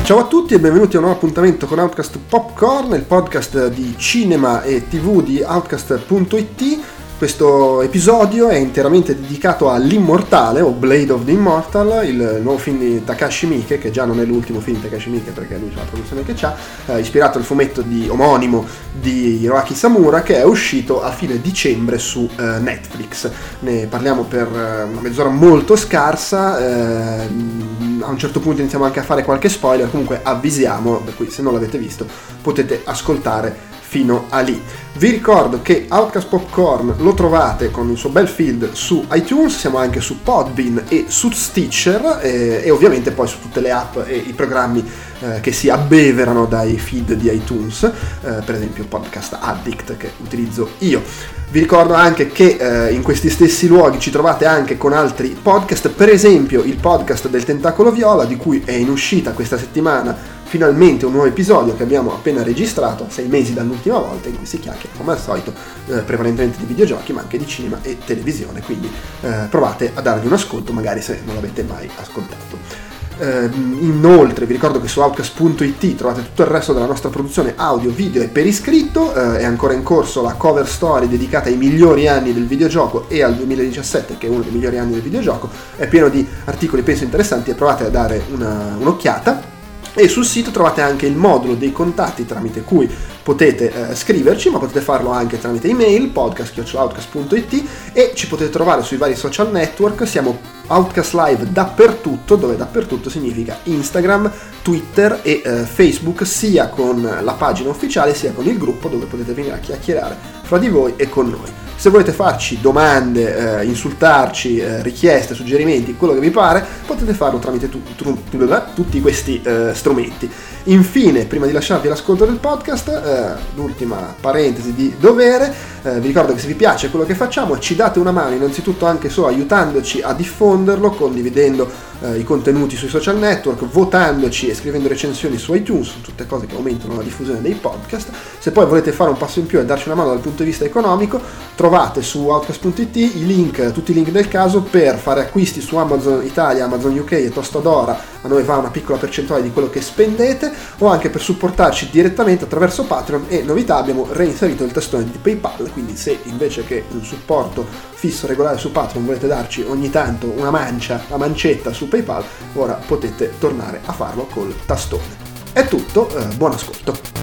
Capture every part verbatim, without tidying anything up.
Ciao a tutti e benvenuti a un nuovo appuntamento con Outcast Popcorn, il podcast di cinema e tv di Outcast punto it. Questo episodio è interamente dedicato a L'Immortale o Blade of the Immortal, il nuovo film di Takashi Miike, che già non è l'ultimo film di Takashi Miike perché lui c'ha la produzione che c'ha, eh, ispirato al fumetto di, omonimo di Hiroaki Samura, che è uscito a fine dicembre su eh, Netflix. Ne parliamo per una mezz'ora molto scarsa, eh, a un certo punto iniziamo anche a fare qualche spoiler, comunque avvisiamo, per cui se non l'avete visto potete ascoltare fino a lì. Vi ricordo che Outcast Popcorn lo trovate con il suo bel feed su iTunes, siamo anche su Podbean e su Stitcher e, e ovviamente poi su tutte le app e i programmi eh, che si abbeverano dai feed di iTunes, eh, per esempio Podcast Addict che utilizzo io. Vi ricordo anche che eh, in questi stessi luoghi ci trovate anche con altri podcast, per esempio il podcast del Tentacolo Viola, di cui è in uscita questa settimana finalmente un nuovo episodio che abbiamo appena registrato, sei mesi dall'ultima volta, in cui si chiacchiera come al solito eh, prevalentemente di videogiochi ma anche di cinema e televisione, quindi eh, provate a dargli un ascolto magari se non l'avete mai ascoltato. Eh, inoltre vi ricordo che su Outcast punto it trovate tutto il resto della nostra produzione audio, video e per iscritto. Eh, è ancora in corso la cover story dedicata ai migliori anni del videogioco e al duemiladiciassette, che è uno dei migliori anni del videogioco, è pieno di articoli penso interessanti e provate a dare una, un'occhiata. E sul sito trovate anche il modulo dei contatti tramite cui potete eh, scriverci, ma potete farlo anche tramite email, podcast chiocciola outcast punto it, e ci potete trovare sui vari social network. Siamo Outcast Live dappertutto, dove dappertutto significa Instagram, Twitter e eh, Facebook, sia con la pagina ufficiale sia con il gruppo, dove potete venire a chiacchierare fra di voi e con noi. Se volete farci domande, eh, insultarci, eh, richieste, suggerimenti, quello che vi pare, potete farlo tramite tu, tu, tu, tutti questi eh, strumenti. Infine, prima di lasciarvi l'ascolto del podcast, eh, l'ultima parentesi di dovere, eh, vi ricordo che se vi piace quello che facciamo ci date una mano innanzitutto anche solo aiutandoci a diffonderlo, condividendo eh, i contenuti sui social network, votandoci e scrivendo recensioni su iTunes, sono tutte cose che aumentano la diffusione dei podcast. Se poi volete fare un passo in più e darci una mano dal punto di vista economico, trovate su Outcast punto it i link, tutti i link del caso per fare acquisti su Amazon Italia, Amazon U K e Tostadora. A noi va una piccola percentuale di quello che spendete, o anche per supportarci direttamente attraverso Patreon. E novità, abbiamo reinserito il tastone di PayPal, quindi se invece che un supporto fisso regolare su Patreon volete darci ogni tanto una mancia, una mancetta su PayPal, ora potete tornare a farlo col tastone. È tutto, eh, buon ascolto.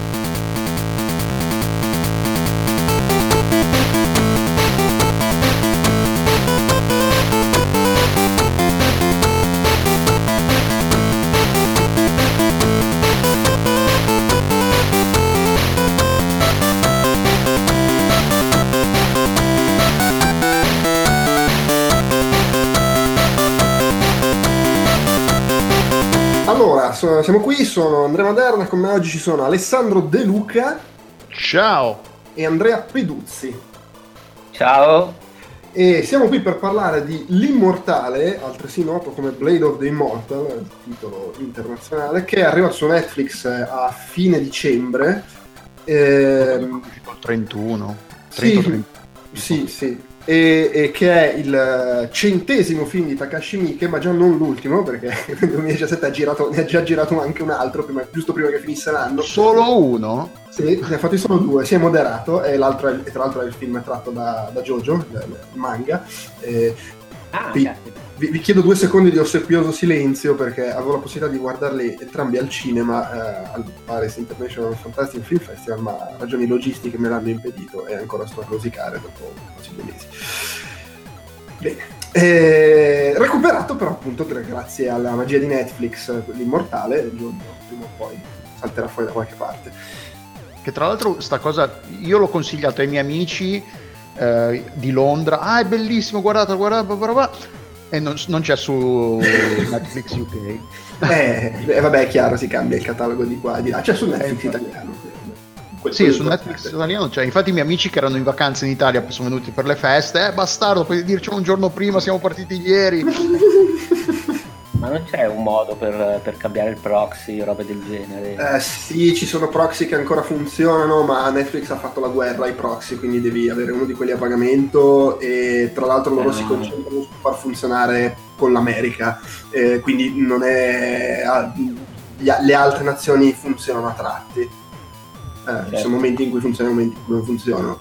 Allora, so, siamo qui, sono Andrea Maderna, con me oggi ci sono Alessandro De Luca. Ciao! E Andrea Peduzzi. Ciao! E siamo qui per parlare di L'Immortale, altresì noto come Blade of the Immortal, il titolo internazionale, che arriva su Netflix a fine dicembre. Ehm... trentuno. trenta, sì, trenta. Sì, sì. E, e che è il centesimo film di Takashi Miike, ma già non l'ultimo, perché nel duemiladiciassette ha girato, ne ha già girato anche un altro, prima, giusto prima che finisse l'anno. Solo uno? Sì, ne ha fatti solo due, si è moderato, e l'altro è, e tra l'altro è il film tratto da, da Jojo, il, il manga. E ah, vi, vi, vi chiedo due secondi di ossequioso silenzio, perché avevo la possibilità di guardarli entrambi al cinema, eh, al Paris International Fantastic Film Festival, ma ragioni logistiche me l'hanno impedito e ancora sto a rosicare dopo quasi due mesi. Bene, eh, recuperato però appunto grazie alla magia di Netflix, L'Immortale, un giorno prima o poi salterà fuori da qualche parte. Che tra l'altro sta cosa io l'ho consigliato ai miei amici eh, di Londra. Ah, è bellissimo, guardate, guardate, guardate. E non, non c'è su Netflix U K. Eh, vabbè, è chiaro, si cambia il catalogo di qua e di là. C'è su Netflix eh, italiano. Que- sì, su Netflix italiano c'è. Infatti i miei amici che erano in vacanza in Italia sono venuti per le feste. Eh, bastardo, puoi dircelo un giorno prima, siamo partiti ieri. Ma non c'è un modo per, per cambiare il proxy o robe del genere? Eh, sì, ci sono proxy che ancora funzionano, ma Netflix ha fatto la guerra ai proxy, quindi devi avere uno di quelli a pagamento, e tra l'altro loro eh. si concentrano su far funzionare con l'America, eh, quindi non è... Ah, gli, le altre nazioni funzionano a tratti. Eh, certo. Ci sono momenti in cui funzionano, momenti in cui non funzionano,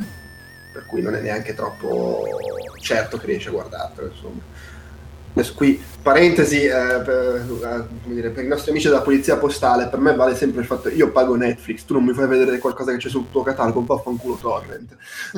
per cui non è neanche troppo certo che riesce a guardartelo, insomma. Adesso qui, parentesi, eh, per, eh, come dire, per i nostri amici della polizia postale, per me vale sempre il fatto che io pago Netflix, tu non mi fai vedere qualcosa che c'è sul tuo catalogo, un po' fanculo torrent.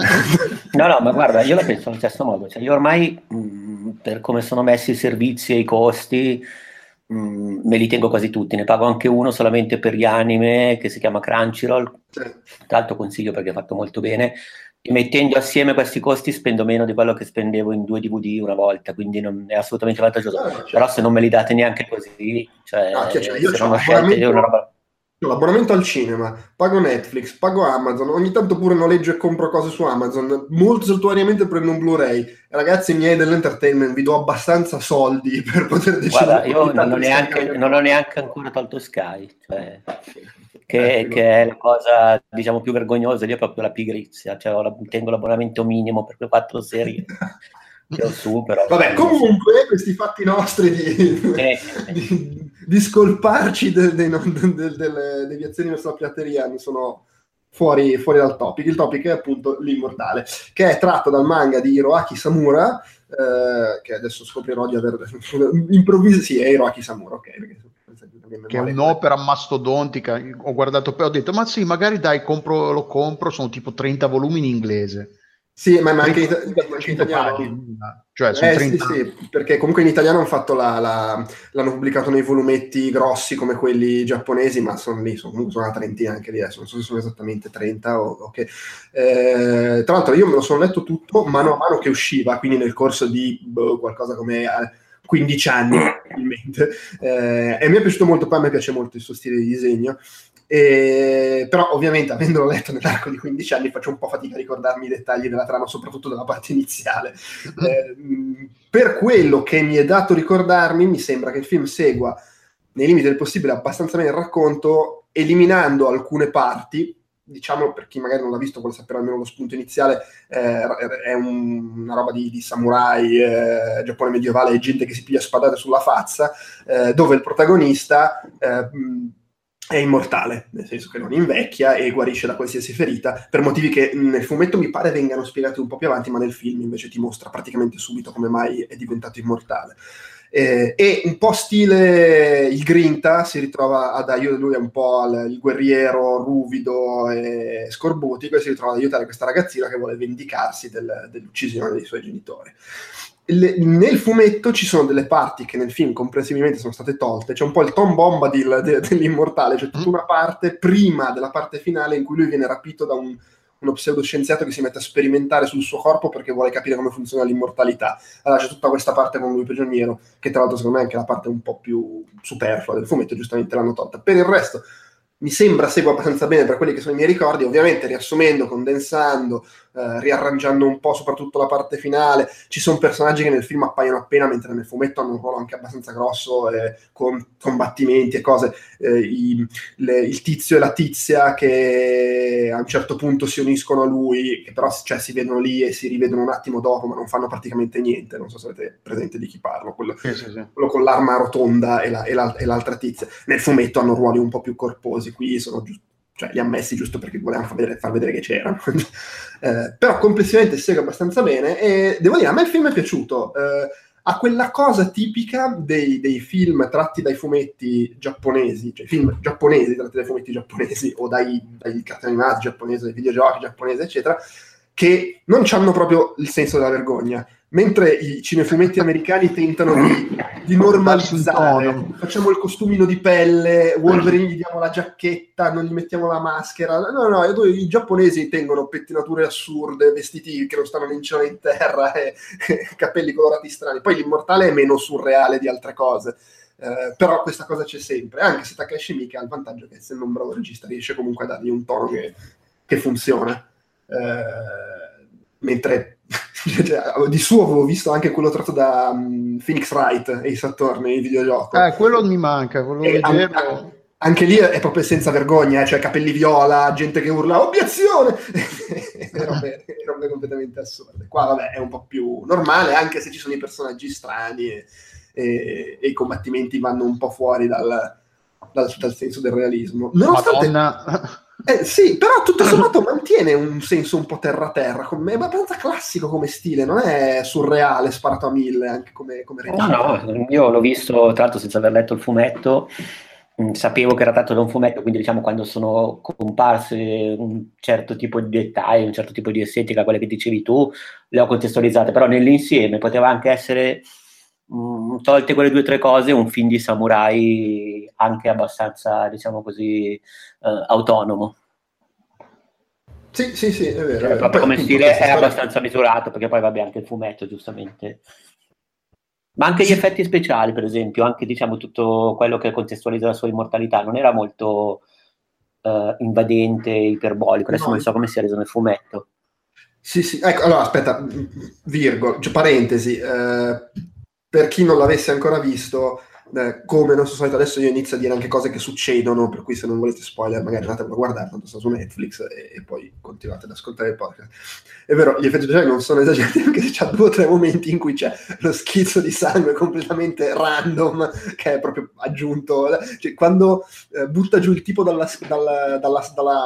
No, no, ma guarda, io la penso allo stesso modo, cioè io ormai, mh, per come sono messi i servizi e i costi, mh, me li tengo quasi tutti, ne pago anche uno solamente per gli anime, che si chiama Crunchyroll, sì. Tra l'altro consiglio perché è fatto molto bene, e mettendo assieme questi costi spendo meno di quello che spendevo in due D V D una volta, quindi non è assolutamente vantaggioso. No, certo. Però se non me li date neanche così, cioè, no, cioè io se non ho scelte una roba... l'abbonamento al cinema, pago Netflix, pago Amazon, ogni tanto pure noleggio e compro cose su Amazon, molto saltuariamente prendo un Blu-ray. Ragazzi miei dell'entertainment, vi do abbastanza soldi per poter decidere. Guarda, io non ho, neanche, non ho neanche ancora tolto Sky, cioè, che, che è la cosa, diciamo, più vergognosa lì, è proprio la pigrizia, cioè ho la, tengo l'abbonamento minimo per quelle quattro serie che ho su, però... Vabbè, comunque, questi fatti nostri di... Eh. di di scolparci de, de, de, de, delle deviazioni verso la pirateria mi sono fuori, fuori dal topic. Il topic è appunto L'Immortale, che è tratto dal manga di Hiroaki Samura, eh, che adesso scoprirò di aver improvvisato. Sì, è Hiroaki Samura, ok, perché che è un'opera mastodontica. Ho guardato poi, ho detto ma sì, magari dai, compro, lo compro, sono tipo trenta volumi in inglese. Sì, ma anche in, anche in italiano. Pagine, cioè sono eh, trenta... sì, sì, perché comunque in italiano hanno fatto la, la, l'hanno pubblicato nei volumetti grossi come quelli giapponesi, ma sono lì, sono, comunque sono una trentina anche lì adesso, non so se sono esattamente trenta o ok. Eh, tra l'altro io me lo sono letto tutto mano a mano che usciva, quindi nel corso di boh, qualcosa come eh, quindici anni probabilmente. Eh, e mi è piaciuto molto, poi a me piace molto il suo stile di disegno. E, però ovviamente avendolo letto nell'arco di quindici anni faccio un po' fatica a ricordarmi i dettagli della trama, soprattutto della parte iniziale. Eh, per quello che mi è dato ricordarmi, mi sembra che il film segua nei limiti del possibile abbastanza bene il racconto, eliminando alcune parti. Diciamo, per chi magari non l'ha visto vuole sapere almeno lo spunto iniziale, eh, è un, una roba di, di samurai, eh, Giappone medievale e gente che si piglia spadate sulla faccia, eh, dove il protagonista eh, è immortale, nel senso che non invecchia e guarisce da qualsiasi ferita, per motivi che nel fumetto mi pare vengano spiegati un po' più avanti, ma nel film invece ti mostra praticamente subito come mai è diventato immortale. Eh, e un po' stile il Grinta, si ritrova ad aiutare, lui è un po' il, il guerriero ruvido e scorbutico, e si ritrova ad aiutare questa ragazzina che vuole vendicarsi del, dell'uccisione dei suoi genitori. Le, nel fumetto ci sono delle parti che nel film comprensibilmente sono state tolte, c'è un po' il Tom Bombadil de, dell'Immortale, c'è tutta una parte prima della parte finale in cui lui viene rapito da un uno pseudoscienziato che si mette a sperimentare sul suo corpo perché vuole capire come funziona l'immortalità. Allora c'è tutta questa parte con lui prigioniero, che tra l'altro secondo me è anche la parte un po' più superflua del fumetto, giustamente l'hanno tolta. Per il resto mi sembra segua abbastanza bene per quelli che sono i miei ricordi, ovviamente riassumendo, condensando, eh, riarrangiando un po' soprattutto la parte finale. Ci sono personaggi che nel film appaiono appena, mentre nel fumetto hanno un ruolo anche abbastanza grosso, eh, con combattimenti e cose. Eh, i, le, il tizio e la tizia che a un certo punto si uniscono a lui, che però cioè, si vedono lì e si rivedono un attimo dopo, ma non fanno praticamente niente. Non so se avete presente di chi parlo, quello, sì, sì, sì. quello con l'arma rotonda e, la, e, la, e l'altra tizia. Nel fumetto hanno ruoli un po' più corposi, qui sono giusto, cioè li ha messi giusto perché volevamo far vedere, far vedere che c'erano. eh, però complessivamente segue abbastanza bene e devo dire a me il film è piaciuto, eh, ha quella cosa tipica dei, dei film tratti dai fumetti giapponesi, cioè film giapponesi tratti dai fumetti giapponesi o dai, dai cartoni animati giapponesi, dai videogiochi giapponesi eccetera, che non hanno proprio il senso della vergogna, mentre i cinefumetti americani tentano di, di normalizzare. Facciamo il costumino di pelle, Wolverine gli diamo la giacchetta, non gli mettiamo la maschera. No, no, no, i giapponesi tengono pettinature assurde, vestiti che non stanno né in cielo né in terra, e, e capelli colorati strani. Poi l'immortale è meno surreale di altre cose. Eh, però questa cosa c'è sempre, anche se Takashi Miike ha il vantaggio che essendo un bravo regista riesce comunque a dargli un tono che, che funziona. Eh, mentre cioè, di suo avevo visto anche quello tratto da um, Phoenix Wright e i Saturni, il videogioco. Eh, quello mi manca, quello an- an- anche lì è proprio senza vergogna, eh, cioè capelli viola, gente che urla obiezione e robe, robe completamente assurde. Qua vabbè è un po' più normale, anche se ci sono i personaggi strani e, e, e i combattimenti vanno un po' fuori dal dal, dal senso del realismo. Nonostante... Madonna. Eh, sì, però tutto sommato mantiene un senso un po' terra-terra, come, è abbastanza classico come stile, non è surreale, sparato a mille, anche come, come No, no, io l'ho visto tra l'altro senza aver letto il fumetto, mh, sapevo che era tratto da un fumetto, quindi diciamo quando sono comparse un certo tipo di dettagli, un certo tipo di estetica, quelle che dicevi tu, le ho contestualizzate, però nell'insieme poteva anche essere, mh, tolte quelle due o tre cose, un film di samurai anche abbastanza, diciamo così, eh, autonomo. Sì, sì, sì, è vero. Cioè, È vero. proprio Poi, come appunto, stile questa è storia... abbastanza misurato, perché poi vabbè anche il fumetto giustamente. Ma anche gli Sì. effetti speciali, per esempio, anche diciamo tutto quello che contestualizza la sua immortalità, non era molto eh, invadente, iperbolico. Adesso No. non so come sia reso nel fumetto. Sì, sì, ecco, allora aspetta, virgola, cioè, parentesi, eh, per chi non l'avesse ancora visto, eh, come non so solito adesso io inizio a dire anche cose che succedono, per cui se non volete spoiler magari andatevelo a guardare, tanto sta su Netflix e, e poi continuate ad ascoltare il podcast. È vero, gli effetti speciali non sono esagerati perché c'è due o tre momenti in cui c'è lo schizzo di sangue completamente random che è proprio aggiunto, cioè, quando eh, butta giù il tipo dalla... dalla, dalla, dalla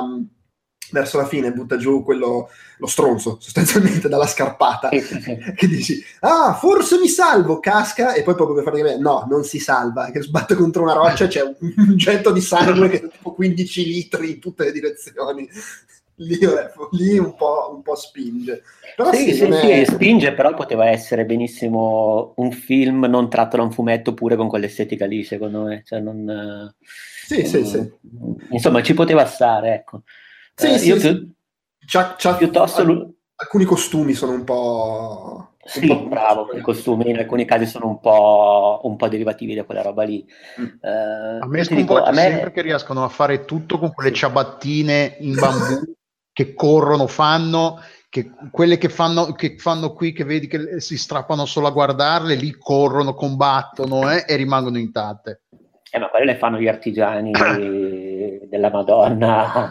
verso la fine butta giù quello, lo stronzo sostanzialmente dalla scarpata, Sì, sì, sì. che dici ah forse mi salvo, casca e poi proprio per farti capire no, non si salva, che sbatte contro una roccia, c'è un, un getto di sangue che è tipo quindici litri in tutte le direzioni. Lì, lì un po', un po' spinge, però sì, sì, sì, non sì, è... spinge, però poteva essere benissimo un film non tratto da un fumetto pure con quell'estetica lì, secondo me. Cioè, non, sì, sì, sì. um, insomma, ci poteva stare, ecco. Sì, Uh, sì, io sì. più, C'ha, c'ha, piuttosto... al, alcuni costumi sono un po'... un Sì, po'... bravo, i costumi in alcuni casi sono un po', un po' derivativi da quella roba lì. Mm. Uh, A me io ti dico, a sconvolge sempre me... che riescono a fare tutto con quelle Sì. ciabattine in bambù che corrono, fanno, che quelle che fanno, che fanno qui, che vedi che si strappano solo a guardarle, lì corrono, combattono eh, e rimangono intatte. Eh, ma quelle le fanno gli artigiani della Madonna.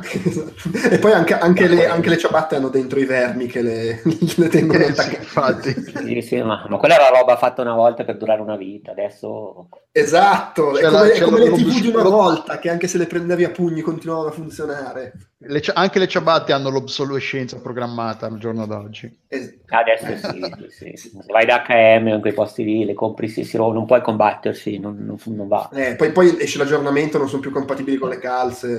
E poi anche, anche, le, anche le ciabatte hanno dentro i vermi che le, le tengono Eh, sì, attaccate. infatti. Sì, sì, ma, ma quella era roba fatta una volta per durare una vita, adesso... Esatto, è C'è come, la- è c'è come lo- le lo- tivù di una lo- volta, che anche se le prendevi a pugni continuavano a funzionare. le cia- anche le ciabatte hanno l'obsolescenza programmata al giorno d'oggi. Es- Adesso sì, sì, sì. Se vai da acca e emme o in quei posti lì, le compri, sì, sì, non puoi combattersi, non, non, non va. Eh, poi, poi esce l'aggiornamento, non sono più compatibili con le calze.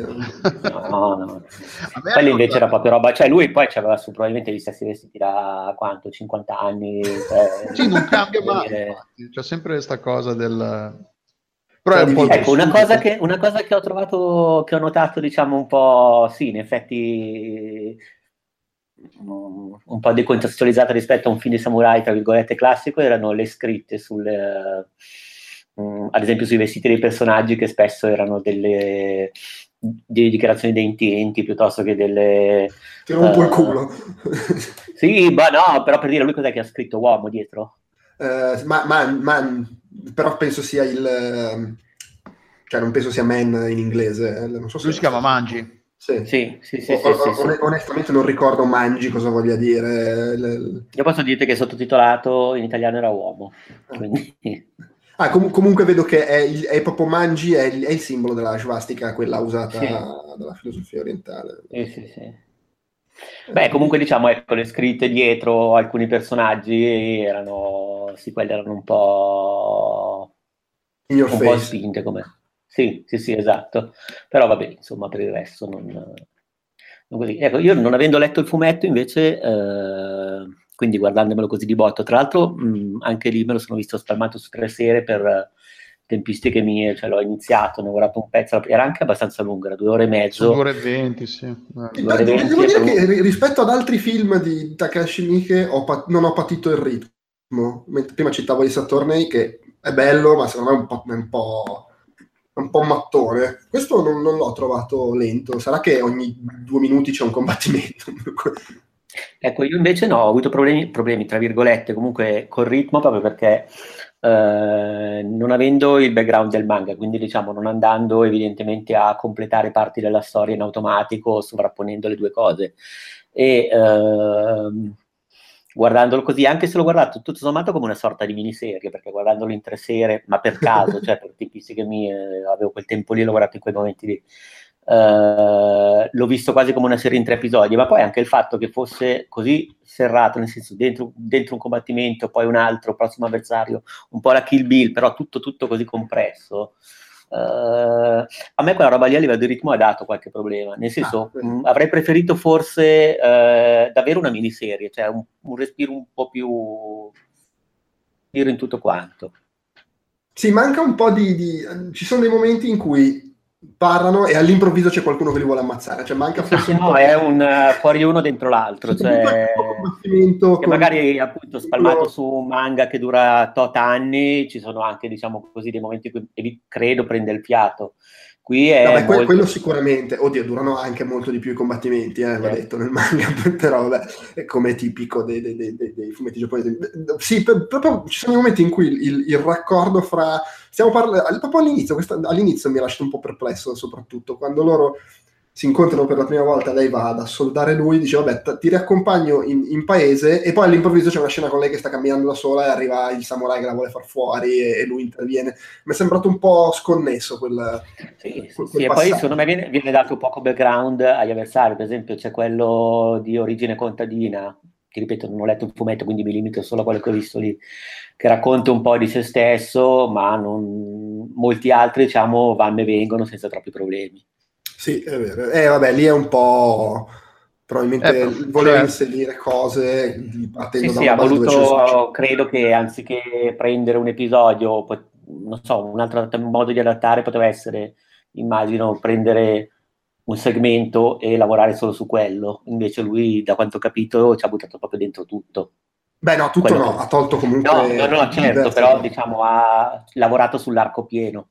No, no. A me Quello invece ricorda- era proprio roba, cioè lui poi aveva su probabilmente gli stessi vestiti da quanto? cinquanta anni, cioè, Sì, non cambia voglio mai, dire- infatti. C'è sempre questa cosa del... Però Tra è un po' il divisi. Ecco, una Subito. cosa che, una cosa che ho trovato, che ho notato, diciamo, un po', sì, in effetti, mm, un po' decontestualizzata rispetto a un film di samurai, tra virgolette, classico, erano le scritte sulle, mm, ad esempio sui vestiti dei personaggi, che spesso erano delle, delle dichiarazioni di intenti, piuttosto che delle... Ti rompo il eh, culo. Sì, ma no, però per dire, lui cos'è che ha scritto uomo dietro? Eh, ma, ma- ma- però penso sia il... ehm, cioè non penso sia man in inglese. eh, Non so se Lui si chiama Manji. Sì. Sì, sì, sì, O- sì, sì, o- sì. on- onestamente non ricordo Mangi cosa voglia dire. l- Io posso dirti che sottotitolato in italiano era uomo, quindi... Ah, com- comunque vedo che è, il- è proprio Manji, è il, è il simbolo della svastica, quella usata Sì. dalla filosofia orientale. Sì, sì, sì. Beh, comunque diciamo, ecco, le scritte dietro alcuni personaggi erano, sì, quelle erano un po', In your un po' face. spinte come... Sì, sì, sì, esatto. Però vabbè, insomma, per il resto non... non così. Ecco, io non avendo letto il fumetto invece, eh, quindi guardandomelo così di botto, tra l'altro mh, anche lì me lo sono visto spalmato su tre sere per tempistiche mie, cioè l'ho iniziato, ne ho guardato un pezzo, era anche abbastanza lungo, era due ore e mezzo. Sono due ore e venti, sì. Eh. Sì, da- devo, devo dire che ri- rispetto ad altri film di Takashi Miike ho pa- non ho patito il ritmo. Mentre prima citavo i Saturday, che è bello, ma secondo me è un po', è un po', un po' mattone. Questo non, non l'ho trovato lento. Sarà che ogni due minuti c'è un combattimento. Ecco, io invece no, ho avuto problemi, problemi tra virgolette, comunque col ritmo, proprio perché eh, non avendo il background del manga, quindi diciamo non andando evidentemente a completare parti della storia in automatico, sovrapponendo le due cose. E ehm, guardandolo così, anche se l'ho guardato tutto sommato come una sorta di miniserie, perché guardandolo in tre sere, ma per caso, cioè per tempistiche mie, avevo quel tempo lì, l'ho guardato in quei momenti lì. Uh, l'ho visto quasi come una serie in tre episodi, ma poi anche il fatto che fosse così serrato, nel senso dentro, dentro un combattimento, poi un altro, prossimo avversario, un po' la Kill Bill, però tutto, tutto così compresso. Uh, a me quella roba lì a livello di ritmo ha dato qualche problema, nel senso ah, mh, avrei preferito forse uh, davvero una miniserie, cioè un, un respiro un po' più tiro in tutto quanto. Sì, manca un po' di, di ci sono dei momenti in cui parlano e all'improvviso c'è qualcuno che li vuole ammazzare, cioè manca forse un no, po' è un uh, fuori uno dentro l'altro, cioè che magari appunto spalmato su un manga che dura tot anni, ci sono anche, diciamo così, dei momenti in cui credo prende il fiato. Qui è no, beh, molto... quello sicuramente, oddio, durano anche molto di più i combattimenti, eh, va detto nel manga, però vabbè, è come tipico dei, dei, dei, dei fumetti giapponesi. Sì, proprio ci sono i momenti in cui il, il raccordo fra... Stiamo parlando, proprio all'inizio, questa, all'inizio mi ha lasciato un po' perplesso, soprattutto, quando loro si incontrano per la prima volta, lei va ad assoldare lui, dice vabbè t- ti riaccompagno in, in paese, e poi all'improvviso c'è una scena con lei che sta camminando da sola e arriva il samurai che la vuole far fuori e, e lui interviene. Mi è sembrato un po' sconnesso quel, sì, quel, sì, quel e poi secondo me viene, viene dato poco background agli avversari. Per esempio c'è quello di origine contadina, ti ripeto non ho letto un fumetto quindi mi limito solo a quello che ho visto lì, che racconta un po' di se stesso, ma non, molti altri diciamo vanno e vengono senza troppi problemi. Sì, è vero. Eh, vabbè, lì è un po'... probabilmente eh, voleva cioè... inserire cose partendo sì, da sì, una ha base voluto, credo che anziché prendere un episodio, non so, un altro modo di adattare poteva essere, immagino, prendere un segmento e lavorare solo su quello. Invece lui, da quanto ho capito, ci ha buttato proprio dentro tutto. Beh, no, tutto quello no, che... ha tolto comunque... No, no, no, certo, però diciamo ha lavorato sull'arco pieno.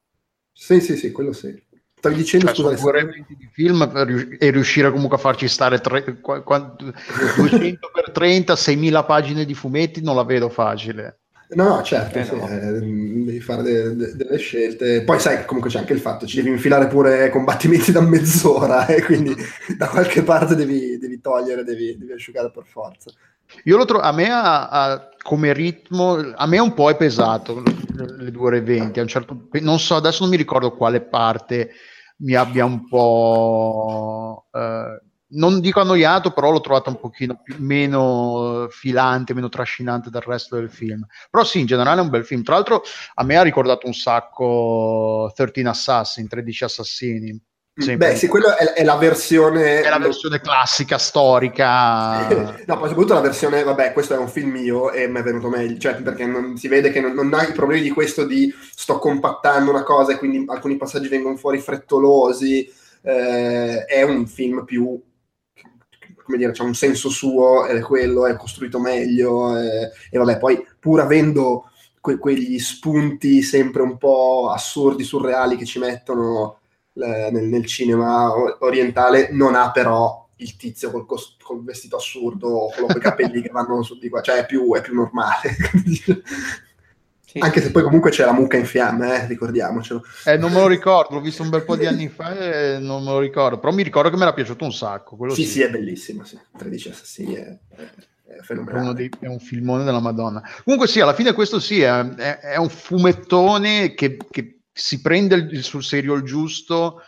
Sì, sì, sì, quello sì. Stavi dicendo, cioè, scusa, sono due eventi di film per, e riuscire comunque a farci stare tre, qua, qua, duecento per trenta, seimila pagine di fumetti non la vedo facile. No, no, certo, eh, sì, no. Eh, devi fare de- de- delle scelte. Poi sai che comunque c'è anche il fatto, ci devi infilare pure combattimenti da mezz'ora e quindi da qualche parte devi, devi togliere, devi, devi asciugare per forza. Io lo trovo, a me ha, ha, come ritmo, a me un po' è pesato le due ore e venti, a un certo, non so, adesso non mi ricordo quale parte mi abbia un po', eh, non dico annoiato, però l'ho trovato un pochino più, meno filante, meno trascinante del resto del film. Però sì, in generale è un bel film. Tra l'altro a me ha ricordato un sacco tredici Assassin, tredici Assassini. Beh, sì, quella è, è la versione... È la versione classica, storica. No, poi soprattutto la versione, vabbè, questo è un film mio e mi è venuto meglio, cioè perché non, si vede che non, non ha i problemi di questo di sto compattando una cosa e quindi alcuni passaggi vengono fuori frettolosi, eh, è un film più, come dire, c'ha un senso suo ed è quello, è costruito meglio eh, e vabbè, poi pur avendo que- quegli spunti sempre un po' assurdi, surreali che ci mettono Nel, nel cinema orientale, non ha però il tizio col, cos- col vestito assurdo o con i capelli che vanno su di qua, cioè è più, è più normale. Sì. Anche se poi comunque c'è la mucca in fiamme, eh, ricordiamocelo. Eh, non me lo ricordo, l'ho visto un bel po' di anni fa e non me lo ricordo, però mi ricordo che mi era piaciuto un sacco. Quello sì, sì, sì, è bellissimo, sì. tredici Assassini è, è, è fenomenale. È, uno dei, è un filmone della Madonna. Comunque sì, alla fine questo sì, è, è, è un fumettone che, che si prende il, sul serio il giusto,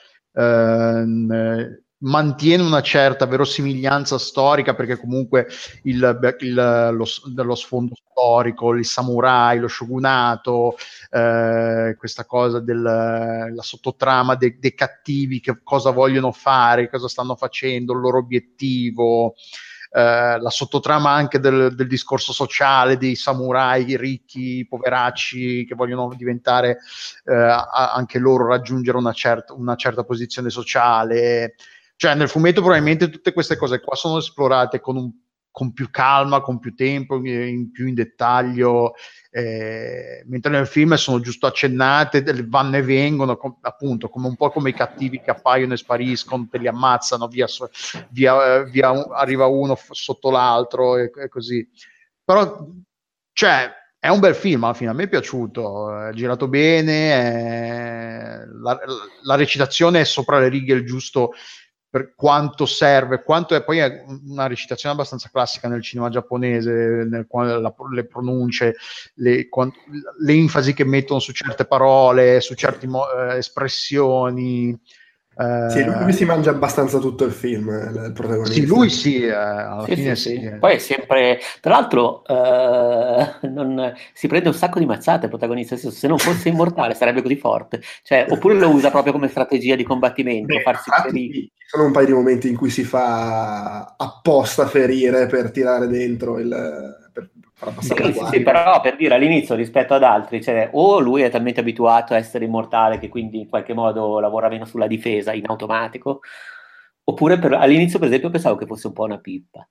ehm, mantiene una certa verosimiglianza storica perché comunque il, il, lo, lo sfondo storico, il samurai, lo shogunato, eh, questa cosa della sottotrama dei, dei cattivi, che cosa vogliono fare, cosa stanno facendo, il loro obiettivo, eh, la sottotrama anche del, del discorso sociale dei samurai ricchi, poveracci che vogliono diventare eh, anche loro, raggiungere una certa, una certa posizione sociale. Cioè nel fumetto probabilmente tutte queste cose qua sono esplorate con, un, con più calma, con più tempo, in più in dettaglio, eh, mentre nel film sono giusto accennate, vanno e vengono, com, appunto come un po' come i cattivi che appaiono e spariscono, te li ammazzano, via, via, via un, arriva uno sotto l'altro e, e così. Però cioè è un bel film, alla fine a me è piaciuto, è girato bene, è, la, la recitazione è sopra le righe il giusto per quanto serve, quanto è poi è una recitazione abbastanza classica nel cinema giapponese, nel, la, le pronunce, le, quant, le enfasi che mettono su certe parole, su certe eh, espressioni. Sì, lui, lui si mangia abbastanza tutto il film, il protagonista. Sì, lui sì, eh, alla sì, fine sì, sì. sì. Poi è sempre, tra l'altro, eh, non, si prende un sacco di mazzate il protagonista, se non fosse immortale sarebbe così forte, cioè, oppure lo usa proprio come strategia di combattimento. Beh, farsi infatti, ci sono un paio di momenti in cui si fa apposta ferire per tirare dentro il... Per far passare sì, la sì, sì, però per dire all'inizio rispetto ad altri, cioè, o lui è talmente abituato a essere immortale che quindi in qualche modo lavora meno sulla difesa in automatico, oppure per, all'inizio per esempio pensavo che fosse un po' una pippa.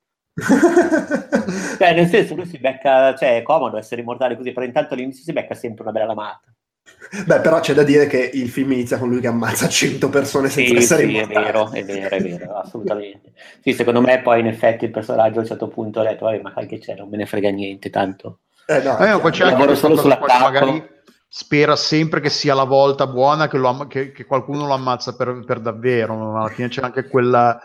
Cioè, nel senso, lui si becca, cioè è comodo essere immortale così, però intanto all'inizio si becca sempre una bella lamata. Beh, però c'è da dire che il film inizia con lui che ammazza cento persone senza sì, essere sì, immortale. È vero, è vero, è vero, assolutamente. Sì, secondo me poi in effetti il personaggio a un certo punto ha detto, vabbè, ma che c'è, non me ne frega niente, tanto. Eh no, eh, no, poi c'è anche lavoro solo cosa qua che sull'attacco. magari spera sempre che sia la volta buona, che, lo, che, che qualcuno lo ammazza per, per davvero, ma alla fine c'è anche quella,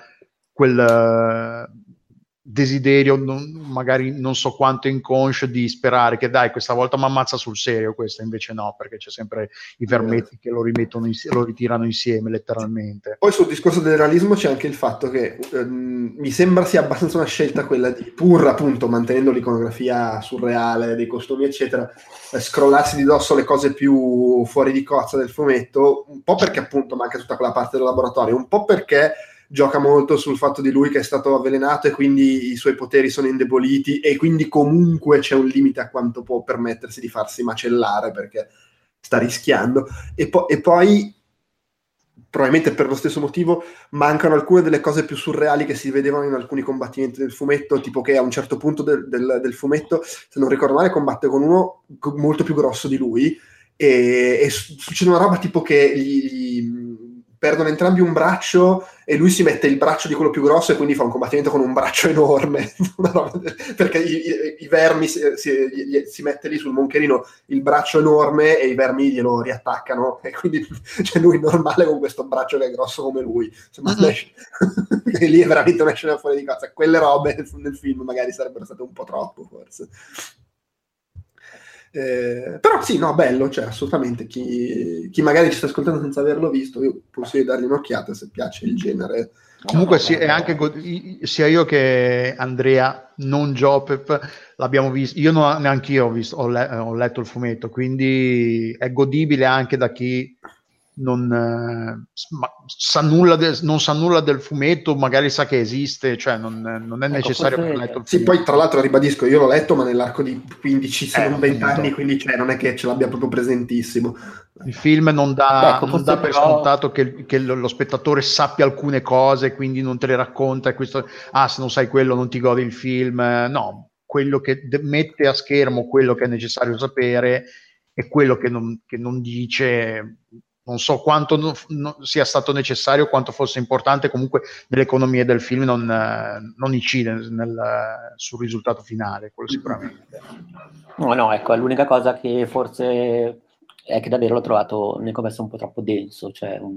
quel desiderio, non, magari non so quanto inconscio, di sperare che dai, questa volta mi ammazza sul serio, questa invece no, perché c'è sempre i vermetti che lo rimettono insieme, lo ritirano insieme letteralmente. Poi sul discorso del realismo c'è anche il fatto che ehm, mi sembra sia abbastanza una scelta quella di, pur appunto mantenendo l'iconografia surreale dei costumi eccetera, eh, scrollarsi di dosso le cose più fuori di cozza del fumetto, un po' perché appunto manca tutta quella parte del laboratorio, un po' perché gioca molto sul fatto di lui che è stato avvelenato e quindi i suoi poteri sono indeboliti e quindi comunque c'è un limite a quanto può permettersi di farsi macellare perché sta rischiando, e, po- e poi probabilmente per lo stesso motivo mancano alcune delle cose più surreali che si vedevano in alcuni combattimenti del fumetto, tipo che a un certo punto del, del, del fumetto, se non ricordo male, combatte con uno molto più grosso di lui e, e succede una roba tipo che gli, gli perdono entrambi un braccio e lui si mette il braccio di quello più grosso e quindi fa un combattimento con un braccio enorme perché i, i, i vermi si, si, gli, si mette lì sul moncherino il braccio enorme e i vermi glielo riattaccano e quindi c'è lui normale con questo braccio che è grosso come lui. Insomma, uh-huh. E lì è veramente una scena fuori di casa. Quelle robe nel film magari sarebbero state un po' troppo forse. Eh, però sì, no, bello, cioè assolutamente chi, chi magari ci sta ascoltando senza averlo visto, io consiglio di dargli un'occhiata se piace il genere. Comunque sì, è anche go- sia io che Andrea, non Jopep, l'abbiamo visto, io non, neanche io ho, visto, ho, le- ho letto il fumetto, quindi è godibile anche da chi non, eh, ma sa nulla de- non sa nulla del fumetto, magari sa che esiste, cioè non, non è ecco, necessario forse... aver letto il sì, fumetto. poi tra l'altro ribadisco, io l'ho letto ma nell'arco di quindici se Eh, non venti appunto. anni, quindi cioè, non è che ce l'abbia proprio presentissimo. Il film non dà, Beh, ecco, non dà per però... scontato che, che lo, lo spettatore sappia alcune cose, quindi non te le racconta e questo, ah, se non sai quello non ti godi il film. No, quello che de- mette a schermo quello che è necessario sapere e quello che non, che non dice, non so quanto no, no, sia stato necessario, quanto fosse importante, comunque nell'economia del film non, non incide nel, sul risultato finale, quello sicuramente. No, no, ecco, l'unica cosa che forse è che davvero l'ho trovato nel commesso un po' troppo denso, cioè um,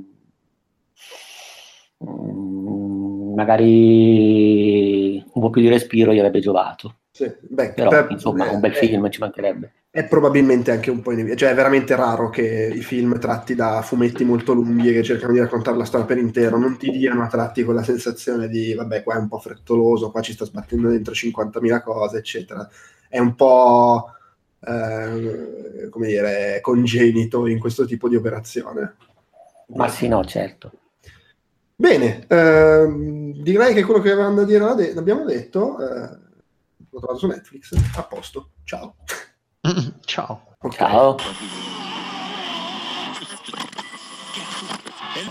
um, magari un po' più di respiro gli avrebbe giovato. Sì, beh, però per, insomma eh, un bel eh, film ci mancherebbe. È probabilmente anche un po' inevitabile, cioè è veramente raro che i film tratti da fumetti molto lunghi e che cercano di raccontare la storia per intero, non ti diano a tratti quella sensazione di vabbè qua è un po' frettoloso, qua ci sta sbattendo dentro cinquantamila cose eccetera, è un po' eh, come dire congenito in questo tipo di operazione. Ma sì, no, certo. Bene, ehm, direi che quello che avevamo da dire l'ade- l'abbiamo detto, eh, l'ho trovato su Netflix, a posto, ciao. Ciao. Okay. Ciao.